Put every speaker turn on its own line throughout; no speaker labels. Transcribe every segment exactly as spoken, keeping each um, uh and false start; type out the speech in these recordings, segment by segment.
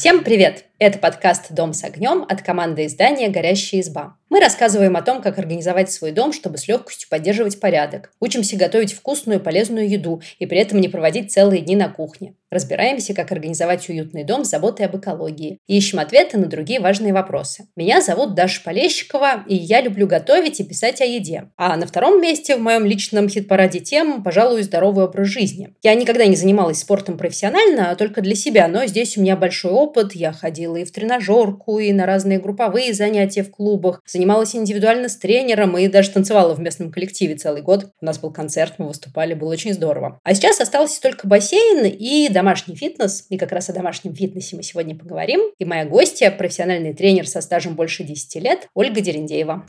Всем привет! Это подкаст «Дом с огнем» от команды издания «Горящая изба». Мы рассказываем о том, как организовать свой дом, чтобы с легкостью поддерживать порядок. Учимся готовить вкусную и полезную еду и при этом не проводить целые дни на кухне. Разбираемся, как организовать уютный дом с заботой об экологии. И ищем ответы на другие важные вопросы. Меня зовут Даша Полещикова, и я люблю готовить и писать о еде. А на втором месте в моем личном хит-параде тем, пожалуй, здоровый образ жизни. Я никогда не занималась спортом профессионально, а только для себя, но здесь у меня большой опыт. Я ходила и в тренажерку, и на разные групповые занятия в клубах, занималась индивидуально с тренером и даже танцевала в местном коллективе целый год. У нас был концерт, мы выступали, было очень здорово. А сейчас остался только бассейн и домашний фитнес. И как раз о домашнем фитнесе мы сегодня поговорим. И моя гостья, профессиональный тренер со стажем больше десяти лет, Ольга Дерендеева.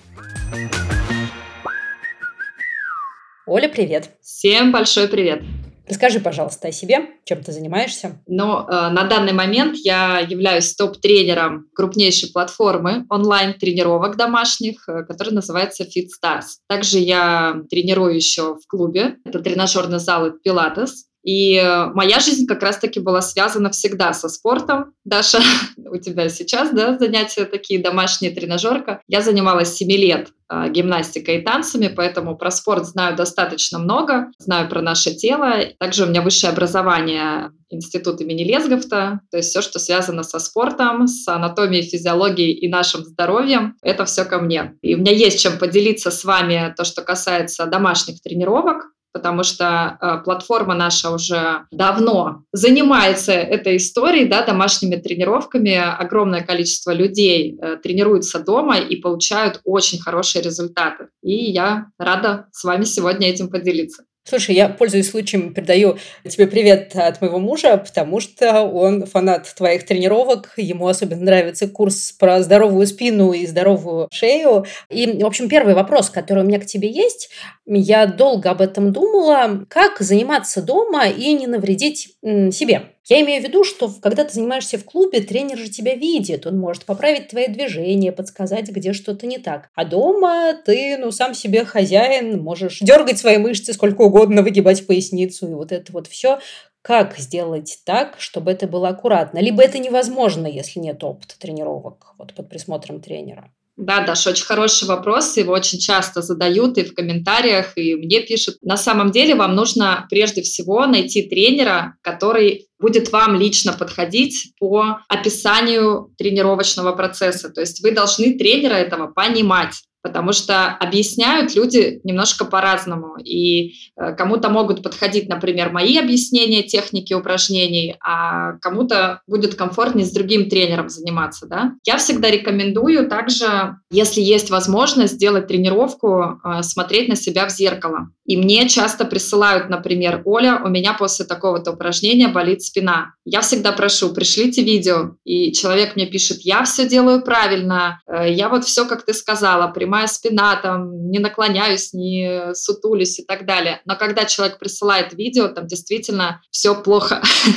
Оля, привет.
Всем большой привет.
Расскажи, пожалуйста, о себе, чем ты занимаешься.
Ну, э, на данный момент я являюсь топ-тренером крупнейшей платформы онлайн-тренировок домашних, э, которая называется FitStars. Также я тренирую еще в клубе. Это тренажерный зал Pilates. И моя жизнь как раз-таки была связана всегда со спортом. Даша, у тебя сейчас, да, занятия такие, домашняя тренажерка. Я занималась семь лет э, гимнастикой и танцами, поэтому про спорт знаю достаточно много, знаю про наше тело. Также у меня высшее образование институт имени Лесговта, то есть все, что связано со спортом, с анатомией, физиологией и нашим здоровьем, это все ко мне. И у меня есть чем поделиться с вами то, что касается домашних тренировок, потому что э, платформа наша уже давно занимается этой историей, да, домашними тренировками. Огромное количество людей э, тренируются дома и получают очень хорошие результаты. И я рада с вами сегодня этим поделиться.
Слушай, я, пользуясь случаем, передаю тебе привет от моего мужа, потому что он фанат твоих тренировок. Ему особенно нравится курс про здоровую спину и здоровую шею. И, в общем, первый вопрос, который у меня к тебе есть. Я долго об этом думала. Как заниматься дома и не навредить м, себе? Я имею в виду, что когда ты занимаешься в клубе, тренер же тебя видит, он может поправить твои движения, подсказать, где что-то не так. А дома ты, ну, сам себе хозяин, можешь дергать свои мышцы сколько угодно, выгибать поясницу и вот это вот все. Как сделать так, чтобы это было аккуратно? Либо это невозможно, если нет опыта тренировок, вот под присмотром тренера.
Да, Даша, очень хороший вопрос, его очень часто задают и в комментариях, и мне пишут. На самом деле вам нужно прежде всего найти тренера, который будет вам лично подходить по описанию тренировочного процесса. То есть вы должны тренера этого понимать. Потому что объясняют люди немножко по-разному. И э, кому-то могут подходить, например, мои объяснения техники упражнений, а кому-то будет комфортнее с другим тренером заниматься. Да? Я всегда рекомендую также, если есть возможность, сделать тренировку, э, смотреть на себя в зеркало. И мне часто присылают, например, Оля, у меня после такого-то упражнения болит спина. Я всегда прошу, пришлите видео. И человек мне пишет, я все делаю правильно, э, я вот все, как ты сказала, прямая спина, там, не наклоняюсь, не сутулюсь и так далее. Но когда человек присылает видео, там действительно все плохо.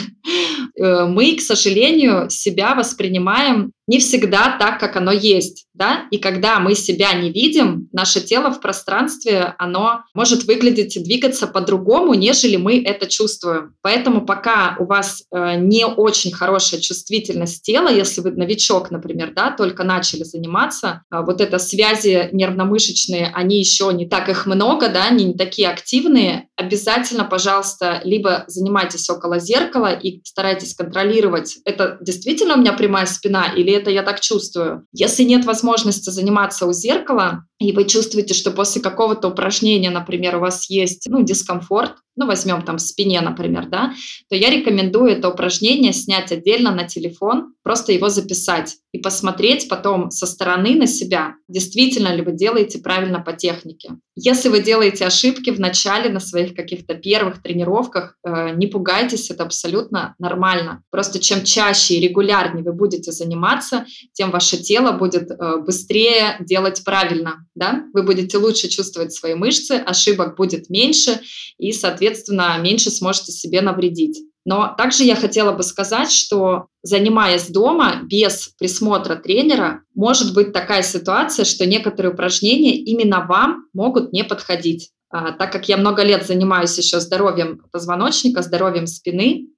Мы, к сожалению, себя воспринимаем не всегда так, как оно есть, да, и когда мы себя не видим, наше тело в пространстве, оно может выглядеть и двигаться по-другому, нежели мы это чувствуем. Поэтому пока у вас э, не очень хорошая чувствительность тела, если вы новичок, например, да, только начали заниматься, э, вот это связи нервно-мышечные, они еще не так их много, да, они не такие активные, обязательно, пожалуйста, либо занимайтесь около зеркала и старайтесь контролировать, это действительно у меня прямая спина или это я так чувствую. Если нет возможности заниматься у зеркала, и вы чувствуете, что после какого-то упражнения, например, у вас есть, ну, дискомфорт, ну, возьмем там в спине, например, да, то я рекомендую это упражнение снять отдельно на телефон, просто его записать и посмотреть потом со стороны на себя, действительно ли вы делаете правильно по технике. Если вы делаете ошибки в начале на своих каких-то первых тренировках, э, не пугайтесь, это абсолютно нормально. Просто чем чаще и регулярнее вы будете заниматься, тем ваше тело будет э, быстрее делать правильно, да? Вы будете лучше чувствовать свои мышцы, ошибок будет меньше и, соответственно, меньше сможете себе навредить. Но также я хотела бы сказать, что занимаясь дома без присмотра тренера, может быть такая ситуация, что некоторые упражнения именно вам могут не подходить. А, так как я много лет занимаюсь еще здоровьем позвоночника, здоровьем спины,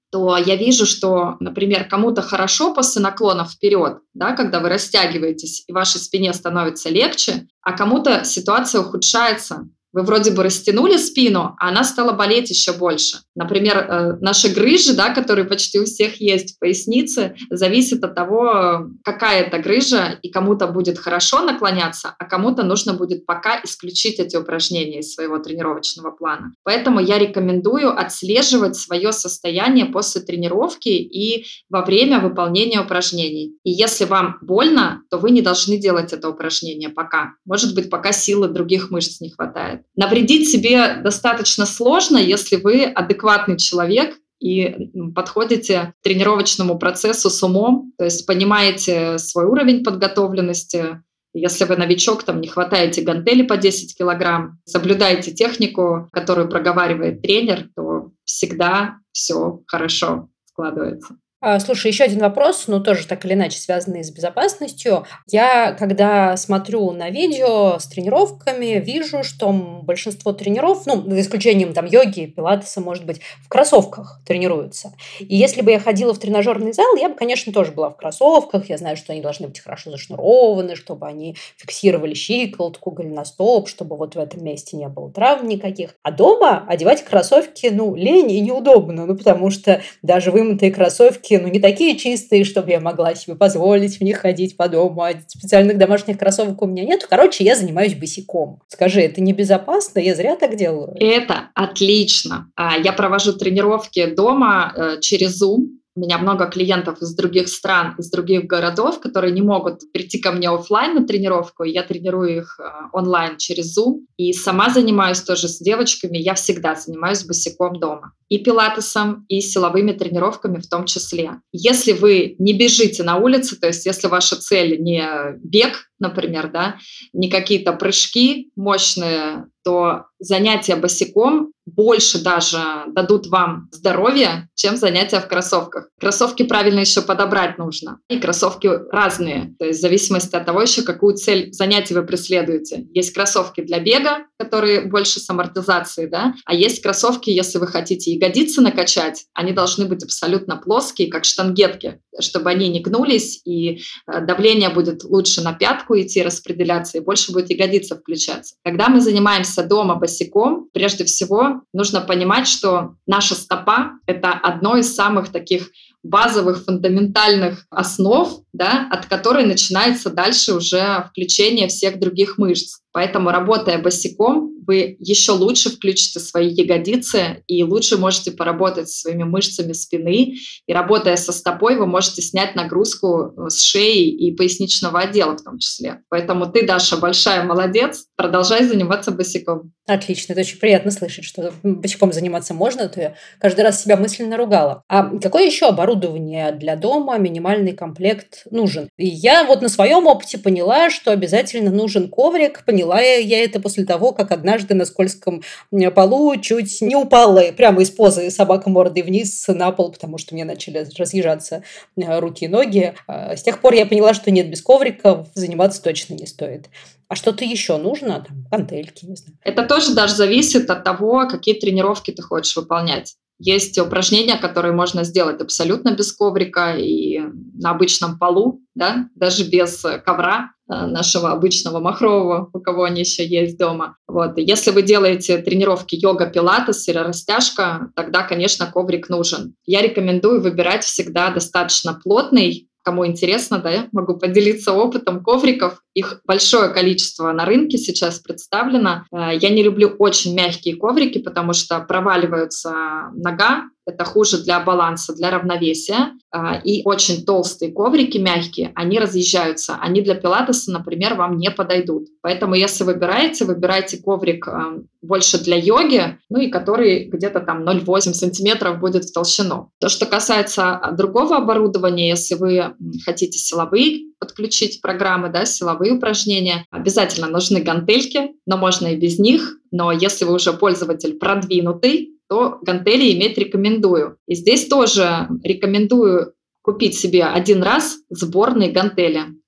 то я вижу, что, например, кому-то хорошо после наклонов вперед, да, когда вы растягиваетесь и вашей спине становится легче, а кому-то ситуация ухудшается. Вы вроде бы растянули спину, а она стала болеть еще больше. Например, наши грыжи, да, которые почти у всех есть в пояснице, зависит от того, какая это грыжа, и кому-то будет хорошо наклоняться, а кому-то нужно будет пока исключить эти упражнения из своего тренировочного плана. Поэтому я рекомендую отслеживать свое состояние после тренировки и во время выполнения упражнений. И если вам больно, то вы не должны делать это упражнение пока. Может быть, пока силы других мышц не хватает. Навредить себе достаточно сложно, если вы адекватный человек и подходите к тренировочному процессу с умом, то есть понимаете свой уровень подготовленности. Если вы новичок, там не хватаете гантели по десять килограмм, соблюдаете технику, которую проговаривает тренер, то всегда все хорошо складывается.
Слушай, еще один вопрос, но тоже так или иначе связанный с безопасностью. Я, когда смотрю на видео с тренировками, вижу, что большинство тренеров, ну, за исключением там йоги, пилатеса, может быть, в кроссовках тренируются. И если бы я ходила в тренажерный зал, я бы, конечно, тоже была в кроссовках. Я знаю, что они должны быть хорошо зашнурованы, чтобы они фиксировали щиколотку, голеностоп, чтобы вот в этом месте не было травм никаких. А дома одевать кроссовки, ну, лень и неудобно, ну, потому что даже вымытые кроссовки ну, не такие чистые, чтобы я могла себе позволить в них ходить по дому. А специальных домашних кроссовок у меня нет. Короче, я занимаюсь босиком. Скажи, это небезопасно? Я зря так делаю?
Это отлично. Я провожу тренировки дома через Zoom. У меня много клиентов из других стран, из других городов, которые не могут прийти ко мне офлайн на тренировку. Я тренирую их онлайн через Zoom. И сама занимаюсь тоже с девочками. Я всегда занимаюсь босиком дома. И пилатесом, и силовыми тренировками в том числе. Если вы не бежите на улице, то есть если ваша цель не бег, например, да, не какие-то прыжки мощные, то занятия босиком больше даже дадут вам здоровья, чем занятия в кроссовках. Кроссовки правильно еще подобрать нужно. И кроссовки разные, то есть в зависимости от того еще, какую цель занятия вы преследуете. Есть кроссовки для бега, которые больше с амортизацией, да, а есть кроссовки, если вы хотите ягодицы накачать, они должны быть абсолютно плоские, как штангетки, чтобы они не гнулись, и давление будет лучше на пятку идти, распределяться, и больше будет ягодица включаться. Когда мы занимаемся дома босиком, прежде всего нужно понимать, что наша стопа — это одно из самых таких базовых, фундаментальных основ, да, от которой начинается дальше уже включение всех других мышц. Поэтому, работая босиком, вы еще лучше включите свои ягодицы и лучше можете поработать со своими мышцами спины. И работая со стопой, вы можете снять нагрузку с шеи и поясничного отдела в том числе. Поэтому ты, Даша, большая молодец. Продолжай заниматься босиком.
Отлично. Это очень приятно слышать, что босиком заниматься можно. То я каждый раз себя мысленно ругала. А какое еще оборудование для дома, минимальный комплект нужен? И я вот на своем опыте поняла, что обязательно нужен коврик. Поняла я это после того, как однажды на скользком полу чуть не упала прямо из позы собака мордой вниз на пол, потому что мне начали разъезжаться руки и ноги. С тех пор я поняла, что нет, без коврика заниматься точно не стоит. А что-то еще нужно? Там, гантельки, не знаю.
Это тоже даже зависит от того, какие тренировки ты хочешь выполнять. Есть упражнения, которые можно сделать абсолютно без коврика и на обычном полу, да, даже без ковра нашего обычного махрового, у кого они еще есть дома. Вот. И если вы делаете тренировки йога, пилатес или растяжка, тогда, конечно, коврик нужен. Я рекомендую выбирать всегда достаточно плотный. Кому интересно, да, я могу поделиться опытом ковриков. Их большое количество на рынке сейчас представлено. Я не люблю очень мягкие коврики, потому что проваливается нога. Это хуже для баланса, для равновесия. И очень толстые коврики, мягкие, они разъезжаются. Они для пилатеса, например, вам не подойдут. Поэтому если выбираете, выбирайте коврик больше для йоги, ну и который где-то там ноль целых восемь сантиметров будет в толщину. То, что касается другого оборудования, если вы хотите силовые подключить программы, да, силовые упражнения, обязательно нужны гантельки, но можно и без них. Но если вы уже пользователь продвинутый, то гантели иметь рекомендую. И здесь тоже рекомендую купить себе один раз сборные гантели.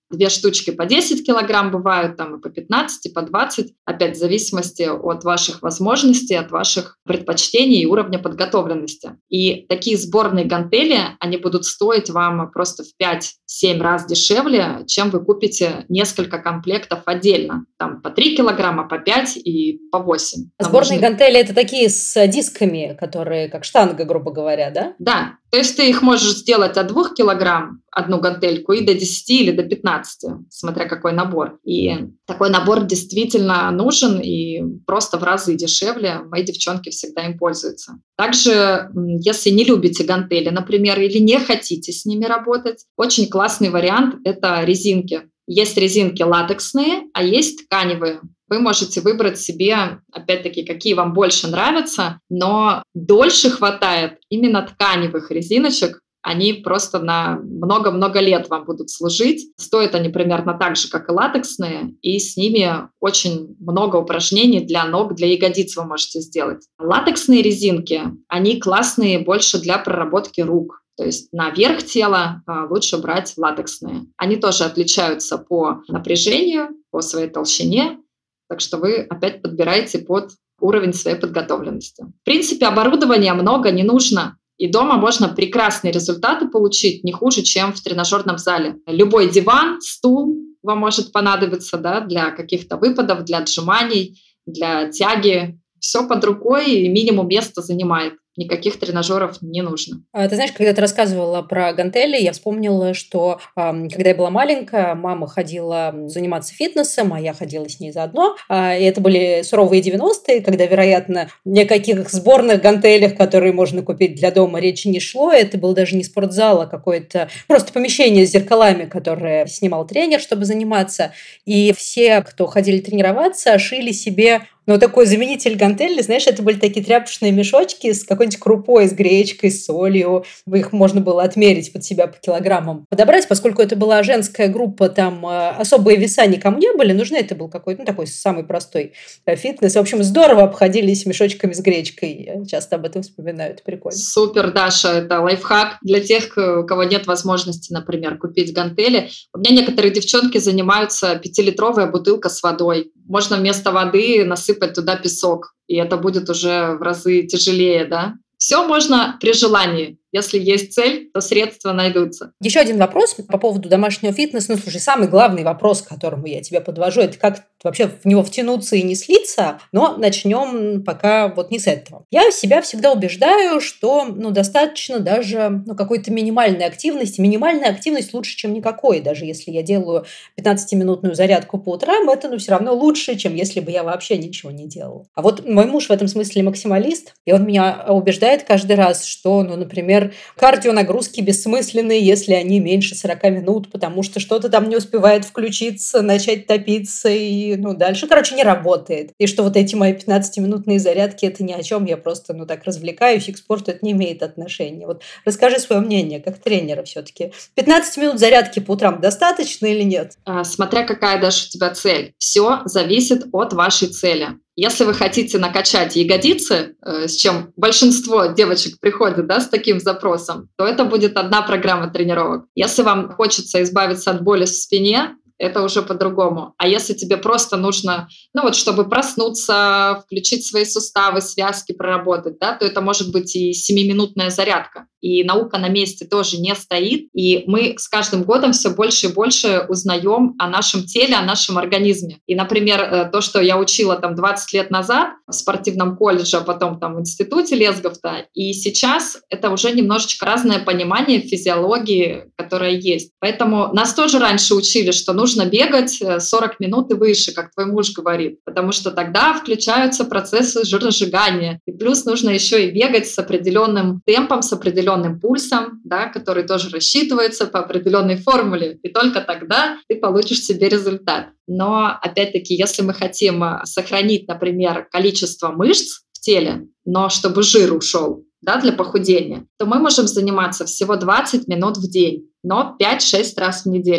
две штучки по десять килограмм бывают, там и по пятнадцать, и по двадцать, опять в зависимости от ваших возможностей, от ваших предпочтений и уровня подготовленности. И такие сборные гантели, они будут стоить вам просто в пять-семь раз дешевле, чем вы купите несколько комплектов отдельно. Там по три килограмма, по пять и по восемь.
Сборные можно... гантели – это такие с дисками, которые как штанга, грубо говоря, да?
Да. То есть ты их можешь сделать от двух килограмм, одну гантельку, и до десяти или до пятнадцати, смотря какой набор. И такой набор действительно нужен и просто в разы дешевле. Мои девчонки всегда им пользуются. Также, если не любите гантели, например, или не хотите с ними работать, очень классный вариант – это резинки. Есть резинки латексные, а есть тканевые. Вы можете выбрать себе, опять-таки, какие вам больше нравятся, но дольше хватает именно тканевых резиночек. Они просто на много-много лет вам будут служить. Стоят они примерно так же, как и латексные, и с ними очень много упражнений для ног, для ягодиц вы можете сделать. Латексные резинки, они классные больше для проработки рук. То есть на верх тела а, лучше брать латексные. Они тоже отличаются по напряжению, по своей толщине, так что вы опять подбираете под уровень своей подготовленности. В принципе, оборудования много не нужно. И дома можно прекрасные результаты получить, не хуже, чем в тренажерном зале. Любой диван, стул вам может понадобиться, да, для каких-то выпадов, для отжиманий, для тяги. Все под рукой и минимум места занимает. Никаких тренажеров не нужно.
Ты знаешь, когда ты рассказывала про гантели, я вспомнила, что э, когда я была маленькая, мама ходила заниматься фитнесом, а я ходила с ней заодно. Э, и это были суровые девяностые, когда, вероятно, ни о каких сборных гантелях, которые можно купить для дома, речи не шло. Это был даже не спортзал, а какое-то просто помещение с зеркалами, которое снимал тренер, чтобы заниматься. И все, кто ходили тренироваться, шили себе... Ну, такой заменитель гантелей, знаешь, это были такие тряпочные мешочки с какой-нибудь крупой, с гречкой, с солью. Их можно было отмерить под себя по килограммам. Подобрать, поскольку это была женская группа, там особые веса никому не были нужны. Это был какой-то, ну, такой самый простой фитнес. В общем, здорово обходились мешочками с гречкой. Я часто об этом вспоминаю, это прикольно.
Супер, Даша, это лайфхак для тех, у кого нет возможности, например, купить гантели. У меня некоторые девчонки занимаются пятилитровая бутылка с водой. Можно вместо воды насыпать туда песок, и это будет уже в разы тяжелее, да? Все можно при желании. Если есть цель, то средства найдутся.
Еще один вопрос по поводу домашнего фитнеса. Ну, слушай, самый главный вопрос, к которому я тебя подвожу, это как вообще в него втянуться и не слиться, но начнем пока вот не с этого. Я себя всегда убеждаю, что ну, достаточно даже ну, какой-то минимальной активности. Минимальная активность лучше, чем никакой. Даже если я делаю пятнадцатиминутную зарядку по утрам, это ну, все равно лучше, чем если бы я вообще ничего не делала. А вот мой муж в этом смысле максималист, и он меня убеждает каждый раз, что, ну, например, кардионагрузки бессмысленные, если они меньше сорок минут, потому что что-то там не успевает включиться, начать топиться, и ну, дальше, короче, не работает. И что вот эти мои пятнадцатиминутные зарядки, это ни о чем, я просто, ну, так развлекаюсь, и к спорту это не имеет отношения. Вот расскажи свое мнение, как тренера все-таки. пятнадцать минут зарядки по утрам достаточно или нет?
А, смотря какая, Даша, у тебя цель. Все зависит от вашей цели. Если вы хотите накачать ягодицы, с чем большинство девочек приходят, да, с таким запросом, то это будет одна программа тренировок. Если вам хочется избавиться от боли в спине, это уже по-другому. А если тебе просто нужно, ну вот, чтобы проснуться, включить свои суставы, связки проработать, да, то это может быть и семиминутная зарядка. И наука на месте тоже не стоит. И мы с каждым годом все больше и больше узнаем о нашем теле, о нашем организме. И, например, то, что я учила там двадцать лет назад в спортивном колледже, а потом там в институте Лесговта, и сейчас это уже немножечко разное понимание физиологии, которое есть. Поэтому нас тоже раньше учили, что нужно бегать сорок минут и выше, как твой муж говорит, потому что тогда включаются процессы жиросжигания. И плюс нужно еще и бегать с определенным темпом, с определенным пульсом, да, который тоже рассчитывается по определенной формуле, и только тогда ты получишь себе результат. Но, опять-таки, если мы хотим сохранить, например, количество мышц в теле, но чтобы жир ушел, да, для похудения, то мы можем заниматься всего двадцать минут в день, но пять-шесть раз в неделю. То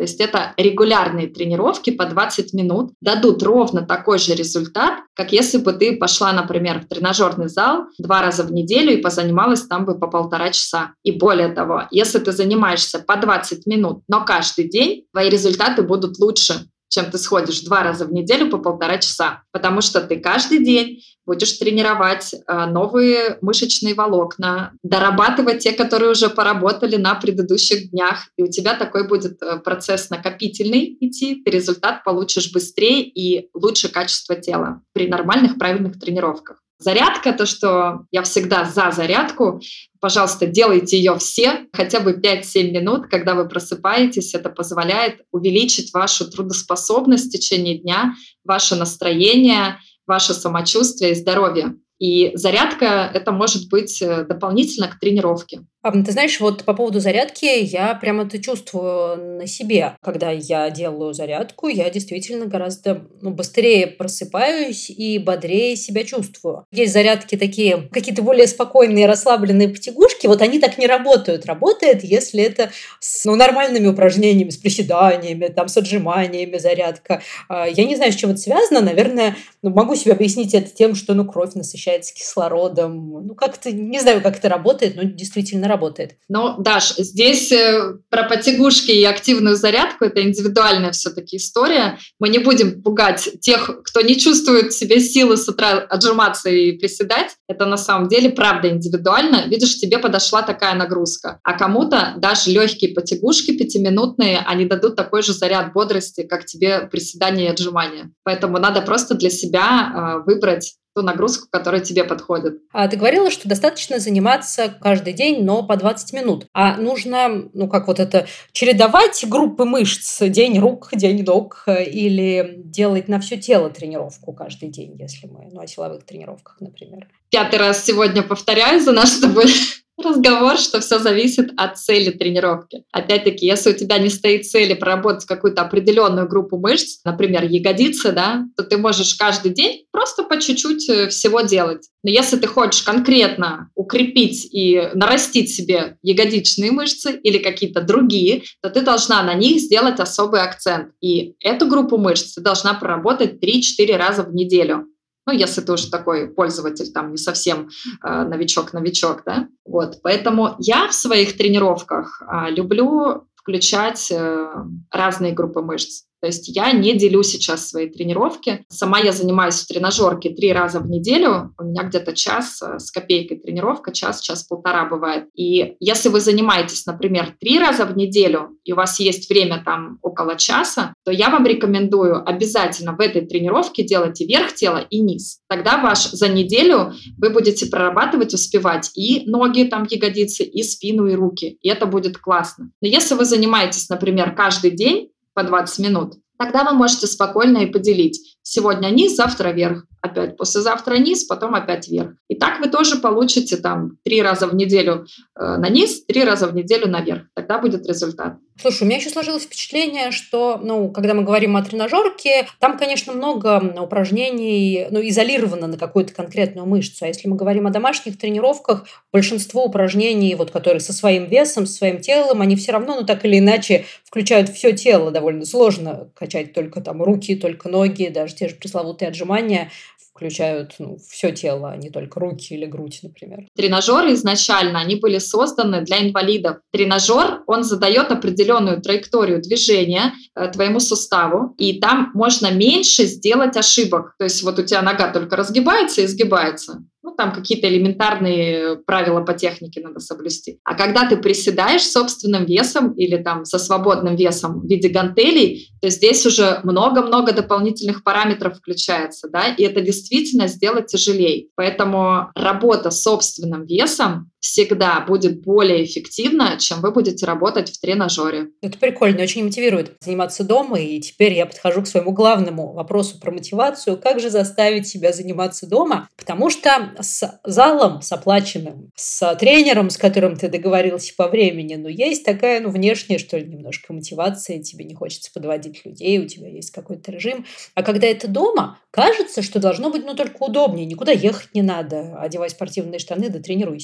То есть это регулярные тренировки по двадцать минут дадут ровно такой же результат, как если бы ты пошла, например, в тренажерный зал два раза в неделю и позанималась там бы по полтора часа. И более того, если ты занимаешься по двадцать минут, но каждый день, твои результаты будут лучше, чем ты сходишь два раза в неделю по полтора часа, потому что ты каждый день будешь тренировать э, новые мышечные волокна, дорабатывать те, которые уже поработали на предыдущих днях, и у тебя такой будет э, процесс накопительный идти, ты результат получишь быстрее и лучше качество тела при нормальных правильных тренировках. Зарядка, то, что я всегда за зарядку, пожалуйста, делайте ее все, хотя бы пять-семь минут, когда вы просыпаетесь. Это позволяет увеличить вашу трудоспособность в течение дня, ваше настроение, ваше самочувствие и здоровье. И зарядка — это может быть дополнительно к тренировке.
А, ты знаешь, вот по поводу зарядки я прямо это чувствую на себе. Когда я делаю зарядку, я действительно гораздо ну, быстрее просыпаюсь и бодрее себя чувствую. Есть зарядки такие, какие-то более спокойные, расслабленные потягушки, вот они так не работают. Работает, если это с ну, нормальными упражнениями, с приседаниями, там, с отжиманиями зарядка. Я не знаю, с чем это связано. Наверное, ну, могу себе объяснить это тем, что ну, кровь насыщается кислородом. Ну, как-то, не знаю, как это работает, но действительно работает.
Ну, Даш, здесь э, про потягушки и активную зарядку — это индивидуальная все-таки история. Мы не будем пугать тех, кто не чувствует в себе силы с утра отжиматься и приседать. Это на самом деле правда индивидуально. Видишь, тебе подошла такая нагрузка. А кому-то даже легкие потягушки пятиминутные, они дадут такой же заряд бодрости, как тебе приседания и отжимания. Поэтому надо просто для себя э, выбрать ту нагрузку, которая тебе подходит.
А ты говорила, что достаточно заниматься каждый день, но по двадцать минут. А нужно, ну как вот это, чередовать группы мышц, день рук, день ног, или делать на все тело тренировку каждый день, если мы, ну о силовых тренировках, например.
Пятый раз сегодня повторяю за наш с тобой разговор, что все зависит от цели тренировки. Опять-таки, если у тебя не стоит цели проработать какую-то определенную группу мышц, например, ягодицы, да, то ты можешь каждый день просто по чуть-чуть всего делать. Но если ты хочешь конкретно укрепить и нарастить себе ягодичные мышцы или какие-то другие, то ты должна на них сделать особый акцент. И эту группу мышц ты должна проработать три-четыре раза в неделю. Ну, если ты уже такой пользователь, там, не совсем э, новичок-новичок, да. Вот, поэтому я в своих тренировках э, люблю включать э, разные группы мышц. То есть я не делю сейчас свои тренировки. Сама я занимаюсь в тренажерке три раза в неделю. У меня где-то час с копейкой тренировка, час, час-полтора бывает. И если вы занимаетесь, например, три раза в неделю, и у вас есть время там около часа, то я вам рекомендую обязательно в этой тренировке делать и верх тела, и низ. Тогда ваш за неделю вы будете прорабатывать, успевать и ноги, там, ягодицы, и спину, и руки. И это будет классно. Но если вы занимаетесь, например, каждый день, по двадцать минут, тогда вы можете спокойно и поделить. Сегодня низ, завтра вверх. Опять послезавтра низ, потом опять вверх. И так вы тоже получите там три раза в неделю э, на низ, три раза в неделю наверх. Тогда будет результат.
Слушай, у меня еще сложилось впечатление, что, ну, когда мы говорим о тренажерке, там, конечно, много упражнений, ну, изолировано на какую-то конкретную мышцу. А если мы говорим о домашних тренировках, большинство упражнений, вот, которые со своим весом, со своим телом, они все равно, ну, так или иначе, включают все тело. Довольно сложно качать только там руки, только ноги, даже те же пресловутые отжимания включают ну, все тело, а не только руки или грудь, например.
Тренажеры изначально, они были созданы для инвалидов. Тренажер, он задает определенную траекторию движения э, твоему суставу, и там можно меньше сделать ошибок. То есть вот у тебя нога только разгибается и сгибается. Ну, там какие-то элементарные правила по технике надо соблюсти. А когда ты приседаешь собственным весом или там со свободным весом в виде гантелей, то здесь уже много-много дополнительных параметров включается, да, и это действительно сделать тяжелее. Поэтому работа с собственным весом всегда будет более эффективна, чем вы будете работать в тренажере.
Это прикольно, очень мотивирует заниматься дома, и теперь я подхожу к своему главному вопросу про мотивацию. Как же заставить себя заниматься дома? Потому что с залом, с оплаченным, с тренером, с которым ты договорился по времени, ну, есть такая, ну, внешняя, что ли, немножко мотивация, тебе не хочется подводить людей, у тебя есть какой-то режим. А когда это дома, кажется, что должно быть, ну, только удобнее, никуда ехать не надо, одевай спортивные штаны, да тренируйся.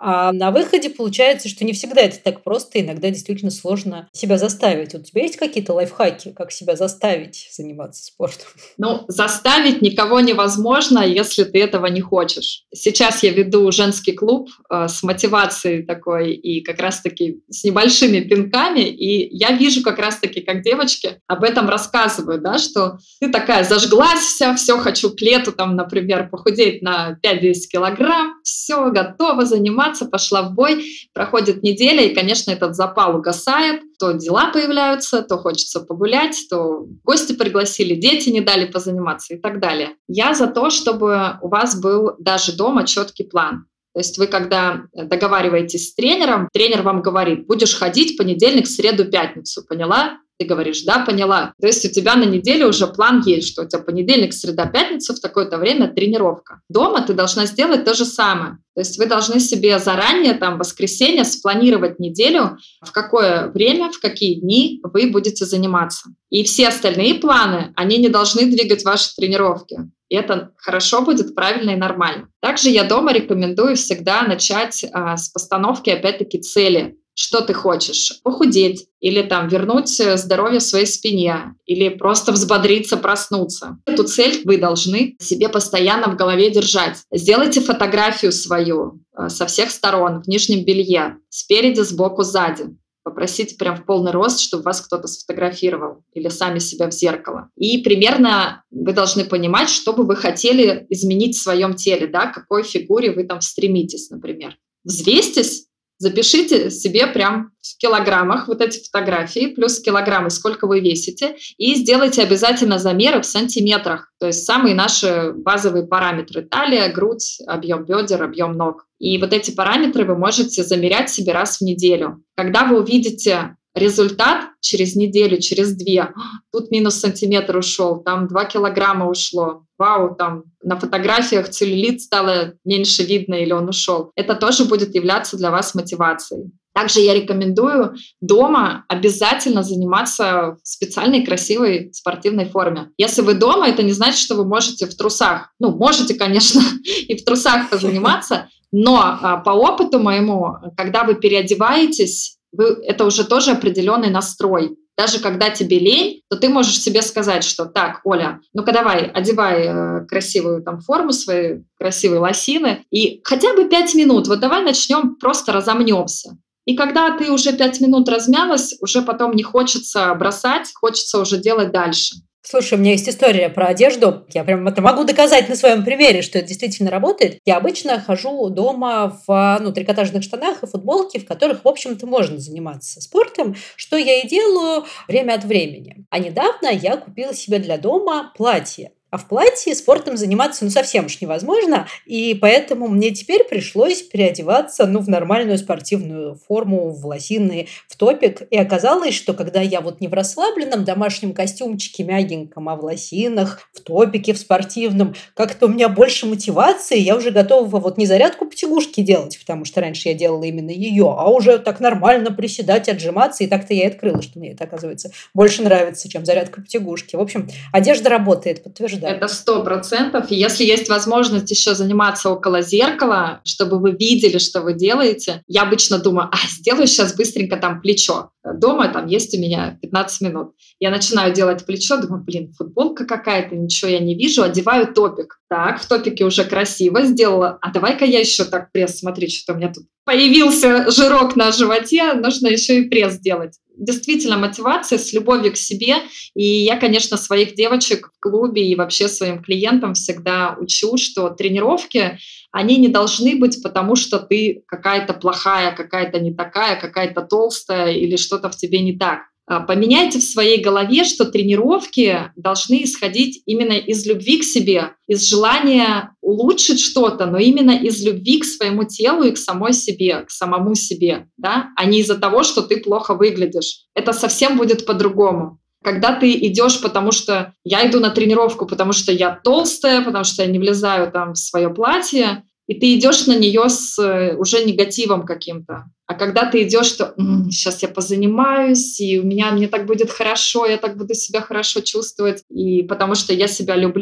А на выходе получается, что не всегда это так просто, иногда действительно сложно себя заставить. У тебя есть какие-то лайфхаки, как себя заставить заниматься спортом?
Ну, заставить никого невозможно, если ты этого не хочешь. Сейчас я веду женский клуб э, с мотивацией такой и как раз-таки с небольшими пинками, и я вижу как раз-таки, как девочки об этом рассказывают, да, что ты такая зажглась вся, все, хочу к лету, там, например, похудеть на пять-десять килограмм, все, готова заниматься, пошла в бой, проходит неделя, и, конечно, этот запал угасает, то дела появляются, то хочется погулять, то гости пригласили, дети не дали позаниматься и так далее. Я за то, чтобы у вас был даже дома четкий план. То есть вы, когда договариваетесь с тренером, тренер вам говорит: будешь ходить в понедельник, среду, пятницу, поняла? Ты говоришь: да, поняла. То есть у тебя на неделю уже план есть, что у тебя понедельник, среда, пятница, в такое-то время тренировка. Дома ты должна сделать то же самое. То есть вы должны себе заранее, там, в воскресенье спланировать неделю, в какое время, в какие дни вы будете заниматься. И все остальные планы, они не должны двигать ваши тренировки. И это хорошо будет, правильно и нормально. Также я дома рекомендую всегда начать а, с постановки, опять-таки, цели. Что ты хочешь? Похудеть или там вернуть здоровье своей спине, или просто взбодриться, проснуться. Эту цель вы должны себе постоянно в голове держать. Сделайте фотографию свою со всех сторон, в нижнем белье, спереди, сбоку, сзади. Попросите прям в полный рост, чтобы вас кто-то сфотографировал, или сами себя в зеркало. И примерно вы должны понимать, что бы вы хотели изменить в своем теле, да, к какой фигуре вы там стремитесь, например. Взвесьтесь, запишите себе прям в килограммах вот эти фотографии, плюс килограммы, сколько вы весите, и сделайте обязательно замеры в сантиметрах, то есть самые наши базовые параметры: талия, грудь, объем бедер, объем ног. И вот эти параметры вы можете замерять себе раз в неделю. Когда вы увидите результат через неделю, через две, тут минус сантиметр ушел, там два килограмма ушло, вау, там на фотографиях целлюлит стало меньше видно или он ушел. Это тоже будет являться для вас мотивацией. Также я рекомендую дома обязательно заниматься в специальной красивой спортивной форме. Если вы дома, это не значит, что вы можете в трусах. Ну, можете, конечно, и в трусах позаниматься, но а, по опыту моему, когда вы переодеваетесь, вы, это уже тоже определенный настрой. Даже когда тебе лень, то ты можешь себе сказать, что так, Оля, ну-ка давай, одевай э, красивую там форму, свои красивые лосины, и хотя бы пять минут, вот давай начнем, просто разомнемся. И когда ты уже пять минут размялась, уже потом не хочется бросать, хочется уже делать дальше.
Слушай, у меня есть история про одежду. Я прям это могу доказать на своем примере, что это действительно работает. Я обычно хожу дома в ну, трикотажных штанах и футболке, в которых, в общем-то, можно заниматься спортом, что я и делаю время от времени. А недавно я купила себе для дома платье. А в платье спортом заниматься ну совсем уж невозможно, и поэтому мне теперь пришлось переодеваться ну, в нормальную спортивную форму, в лосины, в топик. И оказалось, что когда я вот не в расслабленном домашнем костюмчике мягеньком, а в лосинах, в топике, в спортивном, как-то у меня больше мотивации, я уже готова вот не зарядку потягушки делать, потому что раньше я делала именно ее, а уже так нормально приседать, отжиматься, и так-то я и открыла, что мне это, оказывается, больше нравится, чем зарядка потягушки. В общем, одежда работает, подтверждаю.
Это сто процентов. И если есть возможность еще заниматься около зеркала, чтобы вы видели, что вы делаете, я обычно думаю, а, сделаю сейчас быстренько там плечо. Дома там есть у меня пятнадцать минут. Я начинаю делать плечо, думаю, блин, футболка какая-то, ничего я не вижу, одеваю топик. Так, в топике уже красиво сделала. А давай-ка я еще так пресс, смотри, что у меня тут появился жирок на животе, нужно еще и пресс делать. Действительно, мотивация с любовью к себе. И я, конечно, своих девочек в клубе и вообще своим клиентам всегда учу, что тренировки, они не должны быть потому, что ты какая-то плохая, какая-то не такая, какая-то толстая или что-то в тебе не так. Поменяйте в своей голове, что тренировки должны исходить именно из любви к себе, из желания улучшить что-то, но именно из любви к своему телу и к самой себе, к самому себе, да? А не из-за того, что ты плохо выглядишь. Это совсем будет по-другому. Когда ты идешь, потому что я иду на тренировку, потому что я толстая, потому что я не влезаю там в свое платье, и ты идешь на нее с уже негативом каким-то. А когда ты идешь, что м-м, сейчас я позанимаюсь, и у меня мне так будет хорошо, я так буду себя хорошо чувствовать, и потому что я себя люблю,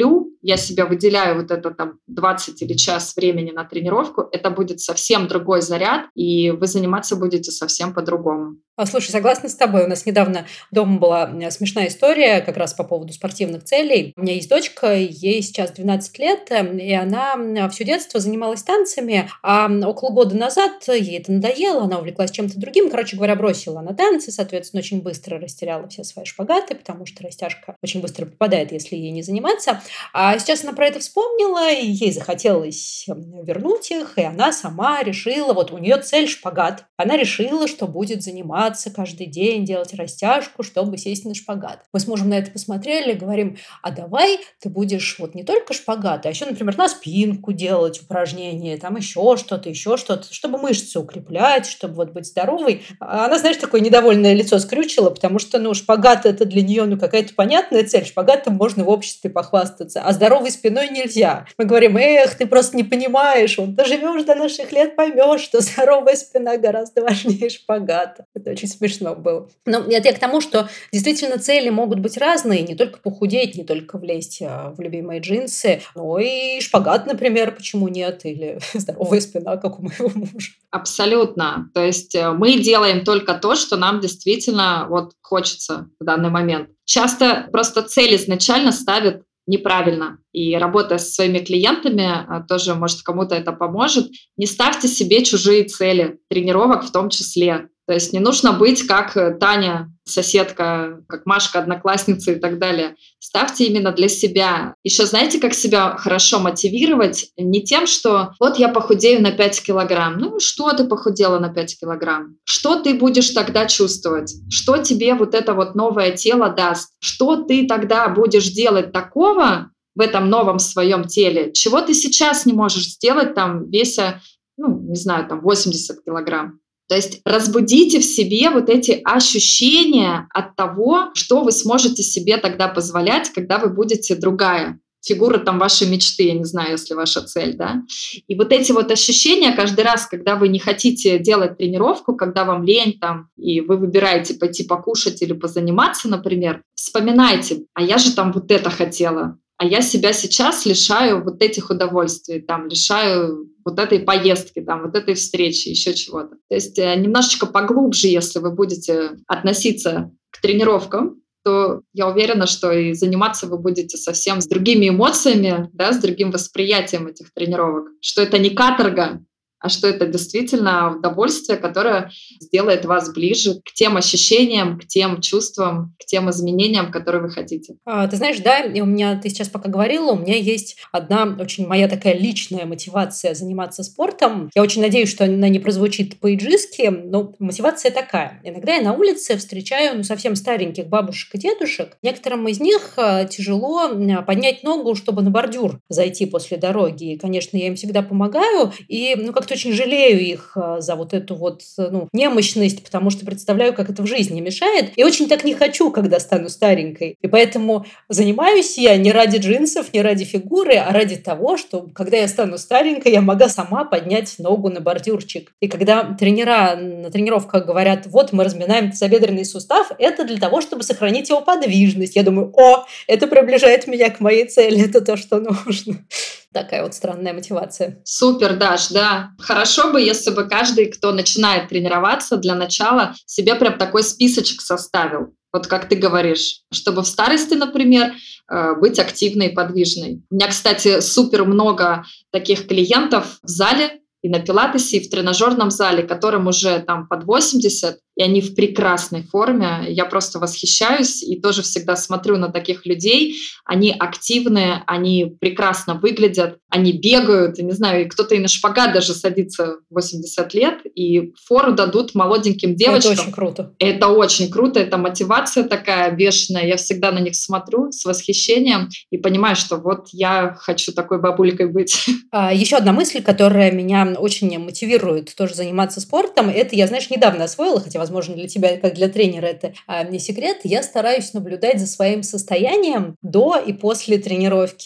я себя выделяю вот это там двадцать или час времени на тренировку, это будет совсем другой заряд, и вы заниматься будете совсем по-другому.
А, слушай, согласна с тобой. У нас недавно дома была э, смешная история как раз по поводу спортивных целей. У меня есть дочка, ей сейчас двенадцать лет, э, и она м, всё детство занималась танцами, а м, около года назад ей это надоело, она увлеклась чем-то другим. Короче говоря, бросила она танцы, соответственно, очень быстро растеряла все свои шпагаты, потому что растяжка очень быстро пропадает, если ей не заниматься. А сейчас она про это вспомнила, и ей захотелось м, вернуть их, и она сама решила, вот у нее цель шпагат. Она решила, что будет заниматься каждый день, делать растяжку, чтобы сесть на шпагат. Мы с мужем на это посмотрели, говорим, а давай ты будешь вот не только шпагат, а еще, например, на спинку делать упражнения, там еще что-то, еще что-то, чтобы мышцы укреплять, чтобы вот быть здоровой. А она, знаешь, такое недовольное лицо скрючила, потому что, ну, шпагат это для нее, ну, какая-то понятная цель, шпагатом можно в обществе похвастаться, а здоровой спиной нельзя. Мы говорим, эх, ты просто не понимаешь, вот доживешь до наших лет, поймешь, что здоровая спина гораздо важнее шпагата. Это очень смешно было. Но это я к тому, что действительно цели могут быть разные, не только похудеть, не только влезть а, в любимые джинсы, но и шпагат, например, почему нет, или здоровая спина, как у моего мужа.
Абсолютно. То есть э, мы делаем только то, что нам действительно вот хочется в данный момент. Часто просто цель изначально ставят неправильно. И работая со своими клиентами, а, тоже, может, кому-то это поможет, не ставьте себе чужие цели, тренировок в том числе. То есть не нужно быть как э, Таня, соседка, как Машка, одноклассница и так далее. Ставьте именно для себя. Еще знаете, как себя хорошо мотивировать? Не тем, что вот я похудею на пять килограмм. Ну что ты похудела на пять килограмм? Что ты будешь тогда чувствовать? Что тебе вот это вот новое тело даст? Что ты тогда будешь делать такого в этом новом своем теле, чего ты сейчас не можешь сделать, там, веся, ну, не знаю, там, восемьдесят килограмм? То есть разбудите в себе вот эти ощущения от того, что вы сможете себе тогда позволять, когда вы будете другая. Фигура там вашей мечты, я не знаю, если ваша цель, да. И вот эти вот ощущения каждый раз, когда вы не хотите делать тренировку, когда вам лень там, и вы выбираете пойти покушать или позаниматься, например, вспоминайте, а я же там вот это хотела, а я себя сейчас лишаю вот этих удовольствий, там, лишаю вот этой поездки, там, вот этой встречи, еще чего-то. То есть э, немножечко поглубже, если вы будете относиться к тренировкам, то я уверена, что и заниматься вы будете совсем с другими эмоциями, да, с другим восприятием этих тренировок, что это не каторга, а что это действительно удовольствие, которое сделает вас ближе к тем ощущениям, к тем чувствам, к тем изменениям, которые вы хотите.
А, ты знаешь, да, и у меня, ты сейчас пока говорила, у меня есть одна очень моя такая личная мотивация заниматься спортом. Я очень надеюсь, что она не прозвучит по-иджистски, но мотивация такая. Иногда я на улице встречаю ну, совсем стареньких бабушек и дедушек. Некоторым из них а, тяжело а, поднять ногу, чтобы на бордюр зайти после дороги. И, конечно, я им всегда помогаю, и ну, как-то очень жалею их а, за вот эту вот ну, немощность, потому что представляю, как это в жизни мешает. И очень так не хочу, когда стану старенькой. И поэтому занимаюсь я не ради джинсов, не ради фигуры, а ради того, что когда я стану старенькой, я могла сама поднять ногу на бордюрчик. И когда тренера на тренировках говорят, вот мы разминаем тазобедренный сустав, это для того, чтобы сохранить его подвижность. Я думаю, о, это приближает меня к моей цели, это то, что нужно. Такая вот странная мотивация.
Супер, Даш, да. Хорошо бы, если бы каждый, кто начинает тренироваться, для начала себе прям такой списочек составил. Вот как ты говоришь, чтобы в старости, например, быть активной и подвижной. У меня, кстати, супер много таких клиентов в зале, и на пилатесе, и в тренажерном зале, которым уже там под восемьдесят, и они в прекрасной форме. Я просто восхищаюсь и тоже всегда смотрю на таких людей. Они активные, они прекрасно выглядят, они бегают, я не знаю, и кто-то и на шпагат даже садится в восемьдесят лет, и фору дадут молоденьким девочкам.
Это очень круто.
Это очень круто, это мотивация такая бешеная. Я всегда на них смотрю с восхищением и понимаю, что вот я хочу такой бабулькой быть.
А, еще одна мысль, которая меня очень мотивирует тоже заниматься спортом, это я, знаешь, недавно освоила, хотя, возможно, для тебя, как для тренера, это а, не секрет, я стараюсь наблюдать за своим состоянием до и после тренировки.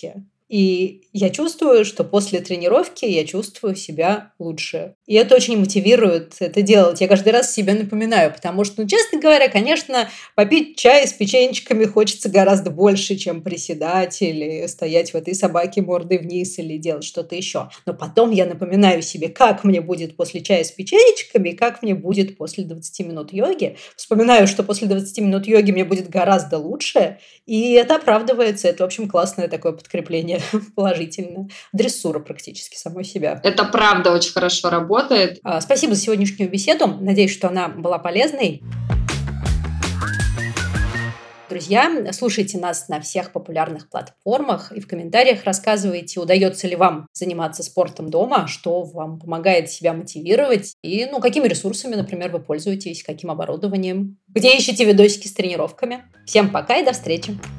И я чувствую, что после тренировки я чувствую себя лучше. И это очень мотивирует это делать. Я каждый раз себе напоминаю, потому что, ну, честно говоря, конечно, попить чай с печеньчиками хочется гораздо больше, чем приседать или стоять в этой собаке мордой вниз или делать что-то еще. Но потом я напоминаю себе, как мне будет после чая с печеньчиками и как мне будет после двадцати минут йоги. Вспоминаю, что после двадцати минут йоги мне будет гораздо лучше, и это оправдывается. Это, в общем, классное такое подкрепление положительно. Дрессура практически самой себя.
Это правда очень хорошо работает.
Спасибо за сегодняшнюю беседу. Надеюсь, что она была полезной. Друзья, слушайте нас на всех популярных платформах и в комментариях рассказывайте, удается ли вам заниматься спортом дома, что вам помогает себя мотивировать и, ну, какими ресурсами, например, вы пользуетесь, каким оборудованием, где ищете видосики с тренировками. Всем пока и до встречи!